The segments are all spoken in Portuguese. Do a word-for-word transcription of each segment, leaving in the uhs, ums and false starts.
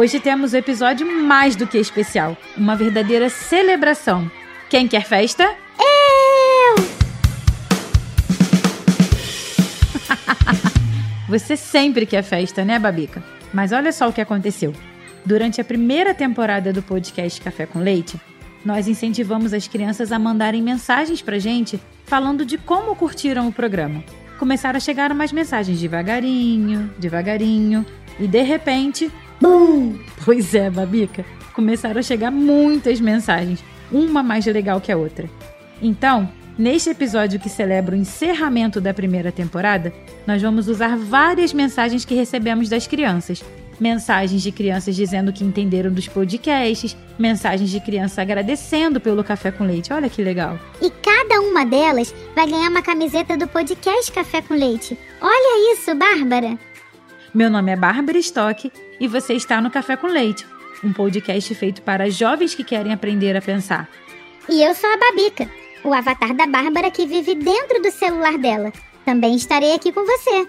Hoje temos o episódio mais do que especial, uma verdadeira celebração. Quem quer festa? Eu! Você sempre quer festa, né, Babica? Mas olha só o que aconteceu. Durante a primeira temporada do podcast Café com Leite, nós incentivamos as crianças a mandarem mensagens pra gente falando de como curtiram o programa. Começaram a chegar umas mensagens devagarinho, devagarinho, e de repente... BUM! Pois é, Babica, começaram a chegar muitas mensagens, uma mais legal que a outra. Então, neste episódio que celebra o encerramento da primeira temporada, nós vamos usar várias mensagens que recebemos das crianças. Mensagens de crianças dizendo que entenderam dos podcasts, mensagens de criança agradecendo pelo Café com Leite. Olha que legal. E cada uma delas vai ganhar uma camiseta do podcast Café com Leite. Olha isso, Bárbara! Meu nome é Bárbara Stock e você está no Café com Leite, um podcast feito para jovens que querem aprender a pensar. E eu sou a Babica, o avatar da Bárbara que vive dentro do celular dela. Também estarei aqui com você.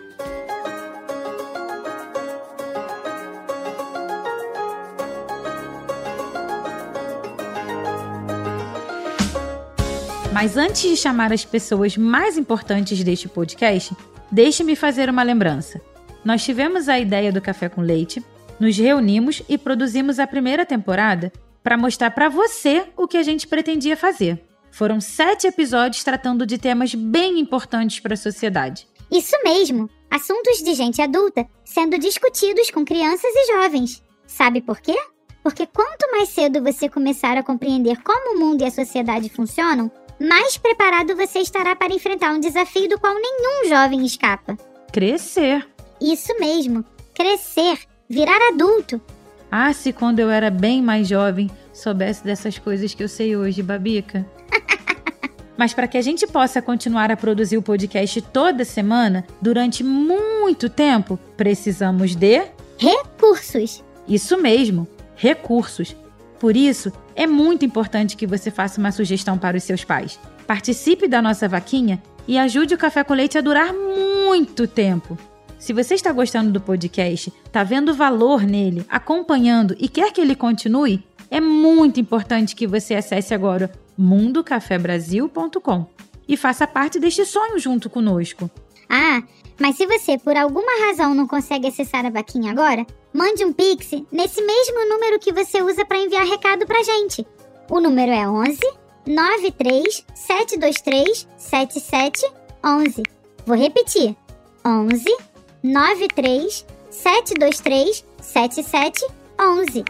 Mas antes de chamar as pessoas mais importantes deste podcast, deixe-me fazer uma lembrança. Nós tivemos a ideia do Café com Leite, nos reunimos e produzimos a primeira temporada para mostrar para você o que a gente pretendia fazer. Foram sete episódios tratando de temas bem importantes para a sociedade. Isso mesmo! Assuntos de gente adulta sendo discutidos com crianças e jovens. Sabe por quê? Porque quanto mais cedo você começar a compreender como o mundo e a sociedade funcionam, mais preparado você estará para enfrentar um desafio do qual nenhum jovem escapa. Crescer. Isso mesmo, crescer, virar adulto. Ah, se quando eu era bem mais jovem, soubesse dessas coisas que eu sei hoje, Babica. Mas para que a gente possa continuar a produzir o podcast toda semana, durante muito tempo, precisamos de... recursos. Isso mesmo, recursos. Por isso, é muito importante que você faça uma sugestão para os seus pais. Participe da nossa vaquinha e ajude o Café com Leite a durar muito tempo. Se você está gostando do podcast, está vendo valor nele, acompanhando e quer que ele continue, é muito importante que você acesse agora mundo café brasil ponto com e faça parte deste sonho junto conosco. Ah, mas se você por alguma razão não consegue acessar a vaquinha agora, mande um pix nesse mesmo número que você usa para enviar recado pra gente. O número é onze, nove três, sete dois três, sete sete um um. Vou repetir. onze, nove três, sete dois três, sete sete um um.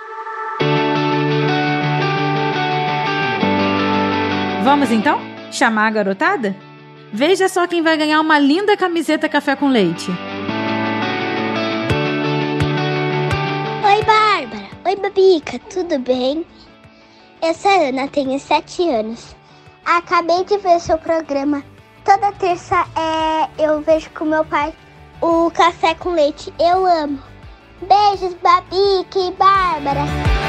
Vamos então? Chamar a garotada? Veja só quem vai ganhar uma linda camiseta Café com Leite. Oi, Bárbara. Oi, Babica. Tudo bem? Eu sou a Ana, tenho sete anos. Acabei de ver seu programa. Toda terça é, eu vejo com meu pai o Café com Leite. Eu amo. Beijos, Babica e Bárbara.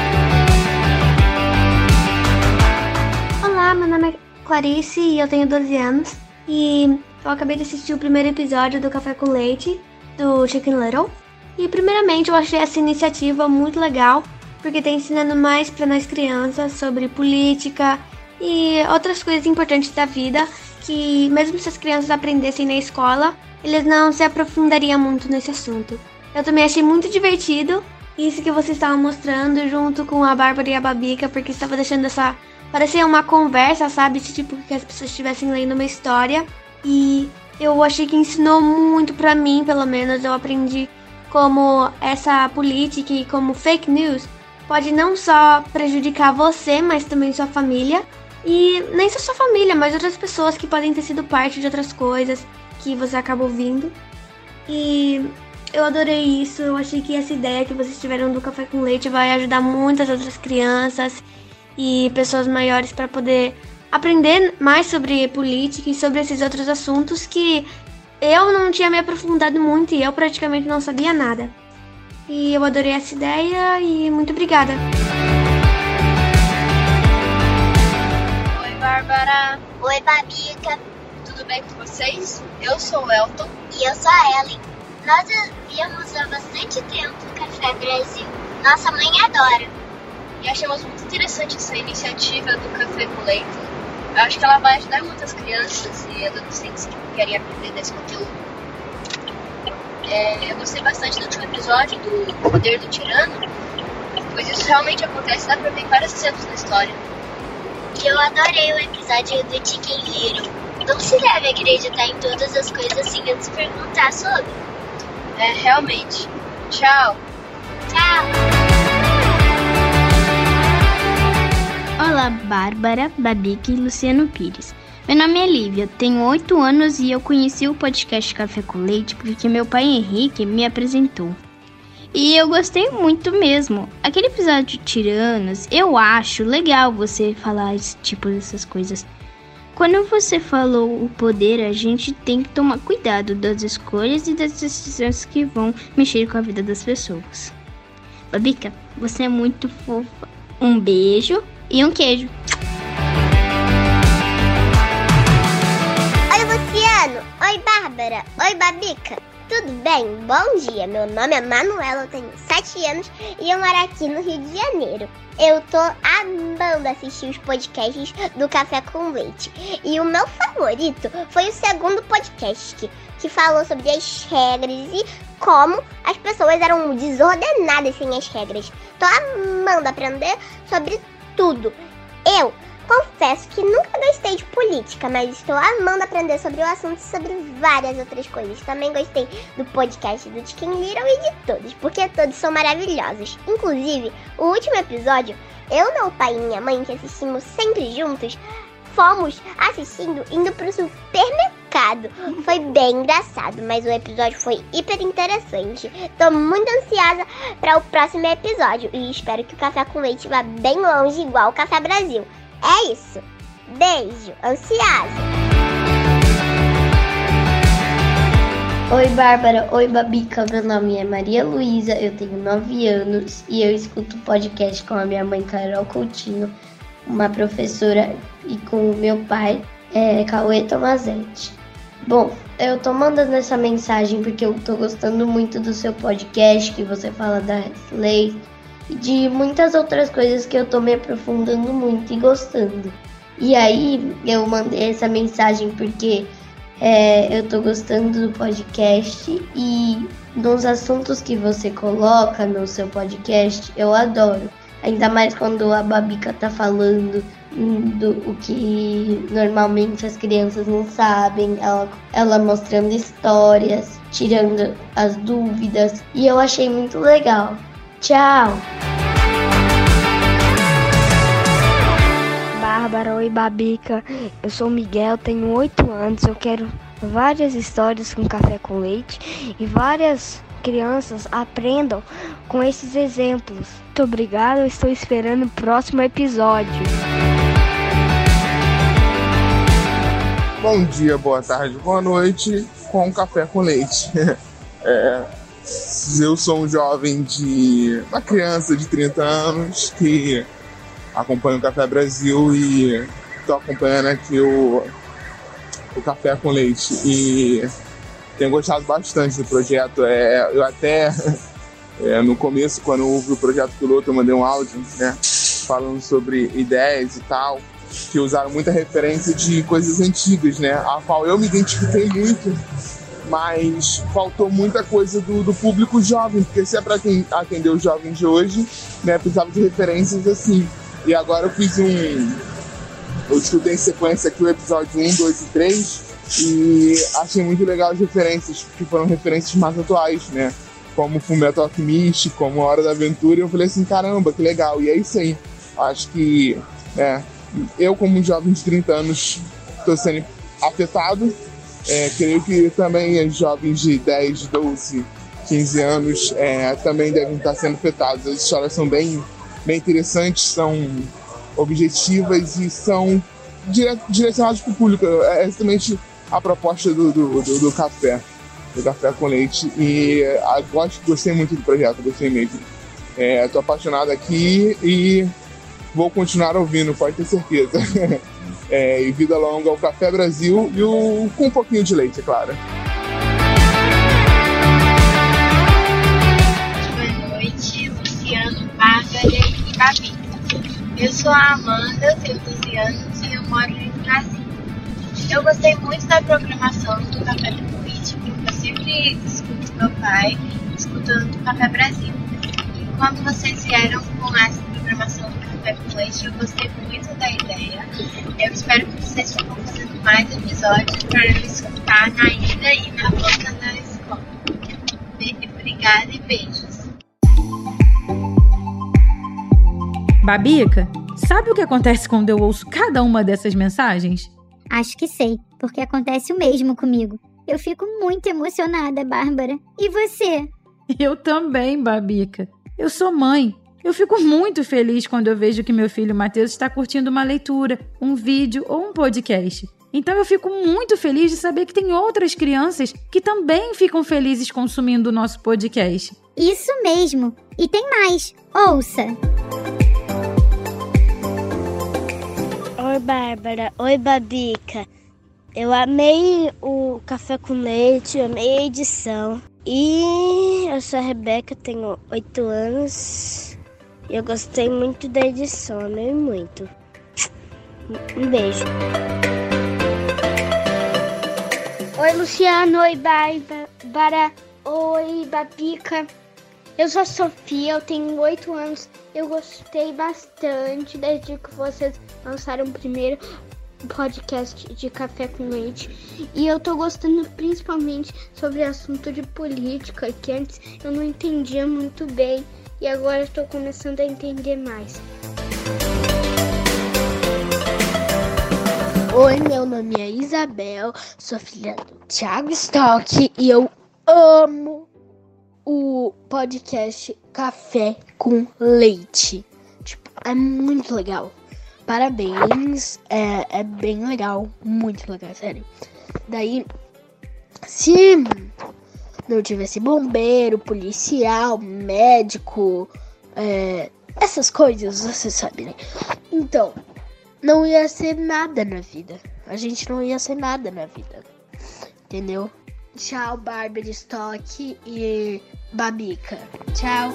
Olá, meu nome é Clarice e eu tenho doze anos. E eu acabei de assistir o primeiro episódio do Café com Leite, do Chicken Little. E primeiramente eu achei essa iniciativa muito legal, porque está ensinando mais para nós crianças sobre política e outras coisas importantes da vida, que mesmo se as crianças aprendessem na escola, eles não se aprofundariam muito nesse assunto. Eu também achei muito divertido isso que vocês estavam mostrando junto com a Bárbara e a Babica, porque estava deixando essa... parecia uma conversa, sabe? Tipo, que as pessoas estivessem lendo uma história. E eu achei que ensinou muito pra mim, pelo menos. Eu aprendi como essa política e como fake news pode não só prejudicar você, mas também sua família. E nem só sua família, mas outras pessoas que podem ter sido parte de outras coisas que você acaba ouvindo. E eu adorei isso. Eu achei que essa ideia que vocês tiveram do Café com Leite vai ajudar muitas outras crianças e pessoas maiores para poder aprender mais sobre política e sobre esses outros assuntos que eu não tinha me aprofundado muito e eu praticamente não sabia nada. E eu adorei essa ideia e muito obrigada. Oi, Bárbara. Oi, Babica. Tudo bem com vocês? Eu sou o Elton. E eu sou a Ellen. Nós ouvimos há bastante tempo o Café Brasil. Nossa mãe adora. E achamos muito interessante essa iniciativa do Café com Leite. Eu acho que ela vai ajudar muitas crianças e adolescentes que querem aprender desse conteúdo. É, eu gostei bastante do último episódio do Poder do Tirano, pois isso realmente acontece, dá pra ver vários exemplos na história. E eu adorei o episódio do Chicken Little. Não se deve acreditar em todas as coisas sem antes perguntar sobre. É, realmente. Tchau. Tchau. Olá, Bárbara, Babica e Luciano Pires. Meu nome é Lívia, tenho oito anos e eu conheci o podcast Café com Leite porque meu pai Henrique me apresentou. E eu gostei muito mesmo. Aquele episódio de Tiranos, eu acho legal você falar esse tipo dessas coisas. Quando você falou o poder, a gente tem que tomar cuidado das escolhas e das decisões que vão mexer com a vida das pessoas. Babica, você é muito fofa. Um beijo e um queijo. Oi, Luciano. Oi, Bárbara. Oi, Babica. Tudo bem? Bom dia. Meu nome é Manuela, eu tenho sete anos e eu moro aqui no Rio de Janeiro. Eu tô amando assistir os podcasts do Café com Leite. E o meu favorito foi o segundo podcast, que, que falou sobre as regras e como as pessoas eram desordenadas sem as regras. Tô amando aprender sobre tudo. Eu confesso que nunca gostei de política, mas estou amando aprender sobre o assunto e sobre várias outras coisas. Também gostei do podcast do Chicken Little e de todos, porque todos são maravilhosos. Inclusive, o último episódio, eu, meu pai e minha mãe, que assistimos sempre juntos, fomos assistindo indo pro supermercado. Foi bem engraçado, mas o episódio foi hiper interessante. Tô muito ansiosa para o próximo episódio e espero que o Café com Leite vá bem longe, igual o Café Brasil. É isso. Beijo. Ansiosa. Oi, Bárbara. Oi, Babica. Meu nome é Maria Luísa, eu tenho nove anos e eu escuto podcast com a minha mãe Carol Coutinho, uma professora, e com o meu pai, é, Cauê Tomazetti. Bom, eu tô mandando essa mensagem porque eu tô gostando muito do seu podcast, que você fala das leis e de muitas outras coisas que eu tô me aprofundando muito e gostando. E aí eu mandei essa mensagem porque é, eu tô gostando do podcast e nos assuntos que você coloca no seu podcast eu adoro. Ainda mais quando a Babica tá falando do o que normalmente as crianças não sabem, ela, ela mostrando histórias, tirando as dúvidas, e eu achei muito legal. Tchau! Bárbara, oi Babica, eu sou o Miguel, tenho oito anos, eu quero várias histórias com café com leite e várias crianças aprendam com esses exemplos. Muito obrigada, eu estou esperando o próximo episódio. Bom dia, boa tarde, boa noite com café com leite. É, eu sou um jovem de... uma criança de trinta anos que acompanha o Café Brasil e estou acompanhando aqui o, o Café com Leite e tenho gostado bastante do projeto. É, eu até, é, no começo, quando houve o projeto piloto, eu mandei um áudio, né, falando sobre ideias e tal, que usaram muita referência de coisas antigas, né, a qual eu me identifiquei muito, mas faltou muita coisa do, do público jovem, porque se é para quem atender os jovens de hoje, né, precisava de referências assim. E agora eu fiz um... eu escutei em sequência aqui o episódio um, dois e três e achei muito legal as referências, que foram referências mais atuais, né? Como Fullmetal Alchemist, como A Hora da Aventura. E eu falei assim, caramba, que legal. E é isso aí. Acho que é, eu, como um jovem de trinta anos, estou sendo afetado. É, creio que também os jovens de dez, doze, quinze anos é, também devem estar sendo afetados. As histórias são bem... bem interessantes, são objetivas e são dire- direcionadas para o público. É exatamente a proposta do, do, do, do café, do Café com Leite. E a, gosto, gostei muito do projeto, gostei mesmo. Estou é, apaixonado aqui e vou continuar ouvindo, pode ter certeza. É, e vida longa ao Café Brasil e o, com um pouquinho de leite, é claro. Boa noite, Luciano. Babi. Eu sou a Amanda, tenho doze anos e eu moro em Brasília. Eu gostei muito da programação do Café com Leite, porque eu sempre escuto meu pai escutando o Café Brasil. E quando vocês vieram com essa programação do Café com Leite, eu gostei muito da ideia. Eu espero que vocês estejam fazendo mais episódios para eu escutar na ida e na volta da escola. Obrigada e beijos. Babica, sabe o que acontece quando eu ouço cada uma dessas mensagens? Acho que sei, porque acontece o mesmo comigo. Eu fico muito emocionada, Bárbara. E você? Eu também, Babica. Eu sou mãe. Eu fico muito feliz quando eu vejo que meu filho Matheus está curtindo uma leitura, um vídeo ou um podcast. Então eu fico muito feliz de saber que tem outras crianças que também ficam felizes consumindo o nosso podcast. Isso mesmo. E tem mais. Ouça! Oi, Bárbara. Oi, Babica. Eu amei o Café com Leite, eu amei a edição. E eu sou a Rebeca, tenho oito anos. E eu gostei muito da edição, amei muito. Um beijo. Oi, Luciano. Oi, Bárbara. Oi, Babica. Eu sou a Sofia, eu tenho oito anos. Eu gostei bastante desde que vocês lançaram o primeiro podcast de Café com Leite. E eu tô gostando principalmente sobre o assunto de política, que antes eu não entendia muito bem. E agora eu tô começando a entender mais. Oi, meu nome é Isabel, sou filha do Thiago Stock e eu amo o podcast Café com Leite. Tipo, é muito legal. Parabéns, é, é bem legal, muito legal, sério. Daí, se não tivesse bombeiro, policial, médico, é, essas coisas, você sabe, né? Então, não ia ser nada na vida. A gente não ia ser nada na vida, entendeu? Tchau, Bárbara Stock e Babica. Tchau.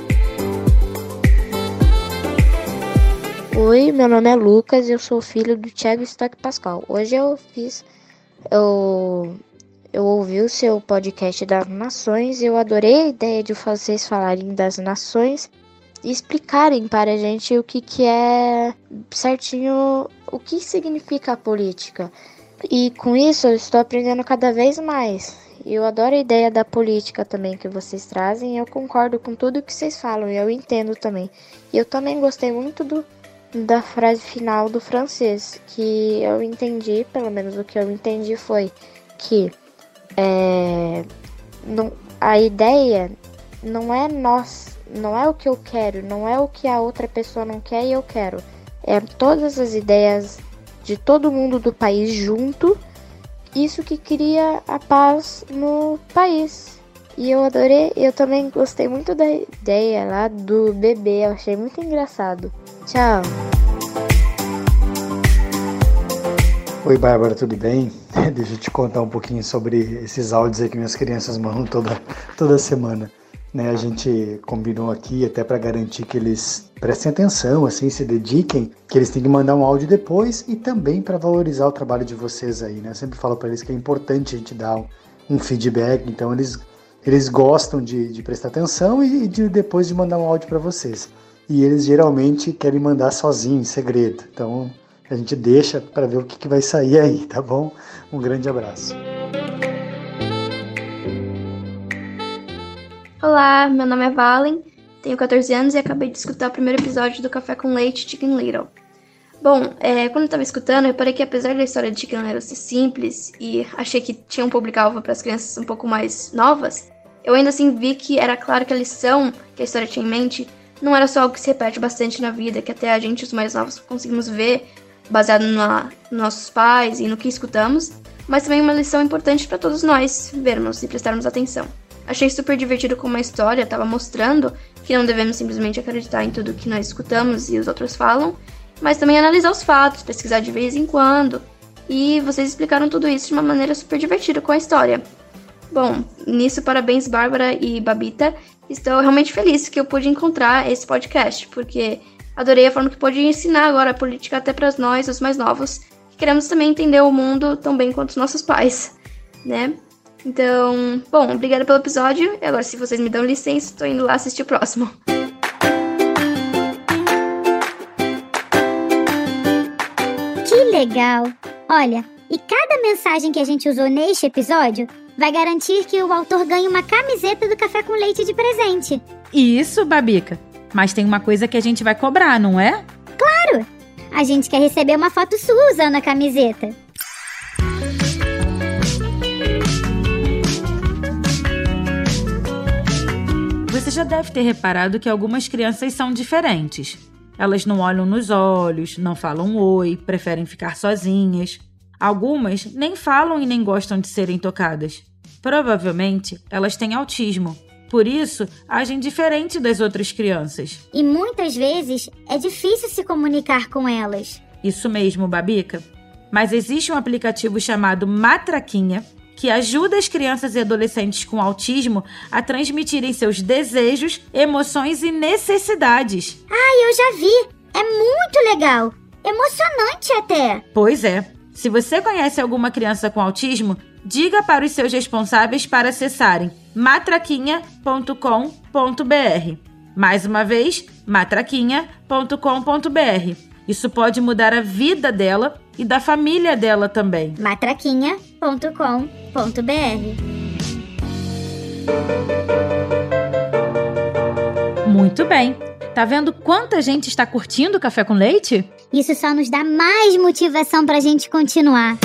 Oi, meu nome é Lucas e eu sou filho do Thiago Stock Pascal. Hoje eu fiz... Eu, eu ouvi o seu podcast das nações e eu adorei a ideia de vocês falarem das nações e explicarem para a gente o que, que é certinho, o que significa a política. E com isso eu estou aprendendo cada vez mais. E eu adoro a ideia da política também que vocês trazem. Eu concordo com tudo que vocês falam e eu entendo também. E eu também gostei muito do, da frase final do francês, que eu entendi, pelo menos o que eu entendi foi que é, não, a ideia não é nós, não é o que eu quero, não é o que a outra pessoa não quer e eu quero. É todas as ideias de todo mundo do país junto. Isso que cria a paz no país. E eu adorei, eu também gostei muito da ideia lá do bebê, eu achei muito engraçado. Tchau. Oi, Bárbara, tudo bem? Deixa eu te contar um pouquinho sobre esses áudios aí que minhas crianças mandam toda, toda semana. Né, a gente combinou aqui até para garantir que eles prestem atenção, assim, se dediquem, que eles têm que mandar um áudio depois e também para valorizar o trabalho de vocês aí, né? Eu sempre falo para eles que é importante a gente dar um, um feedback, então eles, eles gostam de, de prestar atenção e de, depois de mandar um áudio para vocês. E eles geralmente querem mandar sozinho, em segredo, então a gente deixa para ver o que, que vai sair aí, tá bom? Um grande abraço. Olá, meu nome é Valen, tenho catorze anos e acabei de escutar o primeiro episódio do Café com Leite Chicken Little. Bom, é, quando eu estava escutando, eu reparei que apesar da história de Chicken Little ser simples e achei que tinha um público-alvo para as crianças um pouco mais novas, eu ainda assim vi que era claro que a lição que a história tinha em mente não era só algo que se repete bastante na vida, que até a gente, os mais novos, conseguimos ver baseado na, nos nossos pais e no que escutamos, mas também uma lição importante para todos nós vermos e prestarmos atenção. Achei super divertido como a história estava mostrando que não devemos simplesmente acreditar em tudo que nós escutamos e os outros falam, mas também analisar os fatos, pesquisar de vez em quando. E vocês explicaram tudo isso de uma maneira super divertida com a história. Bom, nisso parabéns Bárbara e Babita. Estou realmente feliz que eu pude encontrar esse podcast, porque adorei a forma que pôde ensinar agora a política até para nós, os mais novos, que queremos também entender o mundo tão bem quanto os nossos pais, né? Então, bom, obrigada pelo episódio. E agora, se vocês me dão licença, tô indo lá assistir o próximo. Que legal! Olha, e cada mensagem que a gente usou neste episódio vai garantir que o autor ganhe uma camiseta do Café com Leite de presente. Isso, Babica. Mas tem uma coisa que a gente vai cobrar, não é? Claro! A gente quer receber uma foto sua usando a camiseta. Você já deve ter reparado que algumas crianças são diferentes. Elas não olham nos olhos, não falam oi, preferem ficar sozinhas. Algumas nem falam e nem gostam de serem tocadas. Provavelmente, elas têm autismo. Por isso, agem diferente das outras crianças. E muitas vezes é difícil se comunicar com elas. Isso mesmo, Babica. Mas existe um aplicativo chamado Matraquinha que ajuda as crianças e adolescentes com autismo a transmitirem seus desejos, emoções e necessidades. Ah, eu já vi! É muito legal! Emocionante até! Pois é. Se você conhece alguma criança com autismo, diga para os seus responsáveis para acessarem matraquinha ponto com ponto b r. Mais uma vez, matraquinha ponto com ponto b r. Isso pode mudar a vida dela e da família dela também. matraquinha ponto com ponto b r. Muito bem. Tá vendo quanta gente está curtindo o Café com Leite? Isso só nos dá mais motivação pra gente continuar.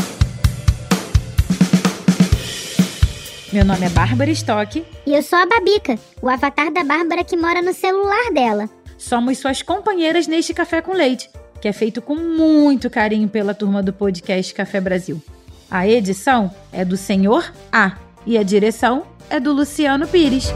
Meu nome é Bárbara Stock. E eu sou a Babica, o avatar da Bárbara que mora no celular dela. Somos suas companheiras neste Café com Leite, que é feito com muito carinho pela turma do podcast Café Brasil. A edição é do Senhor A e a direção é do Luciano Pires.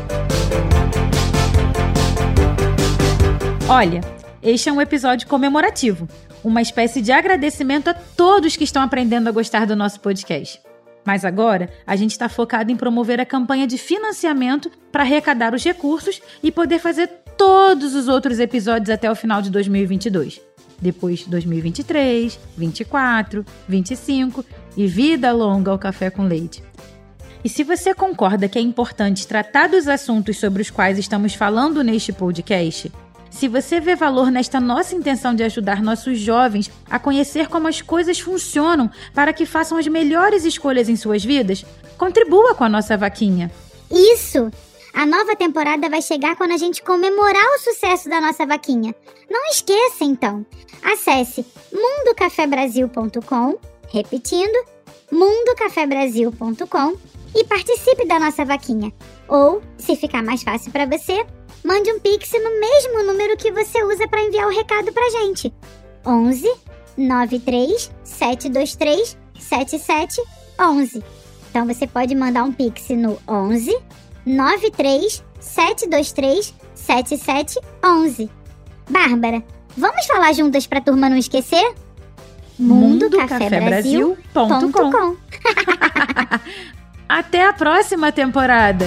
Olha, este é um episódio comemorativo, uma espécie de agradecimento a todos que estão aprendendo a gostar do nosso podcast. Mas agora, a gente está focado em promover a campanha de financiamento para arrecadar os recursos e poder fazer todos os outros episódios até o final de dois mil e vinte e dois. Depois dois mil e vinte e três, vinte e quatro, vinte e cinco e vida longa ao Café com Leite. E se você concorda que é importante tratar dos assuntos sobre os quais estamos falando neste podcast, se você vê valor nesta nossa intenção de ajudar nossos jovens a conhecer como as coisas funcionam para que façam as melhores escolhas em suas vidas, contribua com a nossa vaquinha. Isso! A nova temporada vai chegar quando a gente comemorar o sucesso da nossa vaquinha. Não esqueça, então. Acesse mundo café brasil ponto com, repetindo, mundo café brasil ponto com e participe da nossa vaquinha. Ou, se ficar mais fácil para você, mande um pix no mesmo número que você usa para enviar o recado pra gente. onze, nove três, sete dois três, sete sete um um. Então você pode mandar um pix no onze, nove três, sete dois três, sete sete um um. Bárbara, vamos falar juntas pra turma não esquecer? mundo café brasil ponto com. Até a próxima temporada!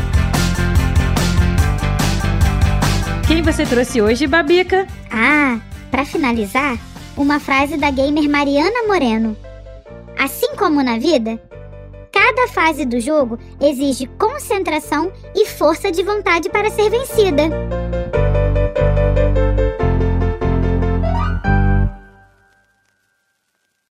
Quem você trouxe hoje, Babica? Ah, pra finalizar, uma frase da gamer Mariana Moreno. Assim como na vida, cada fase do jogo exige concentração e força de vontade para ser vencida.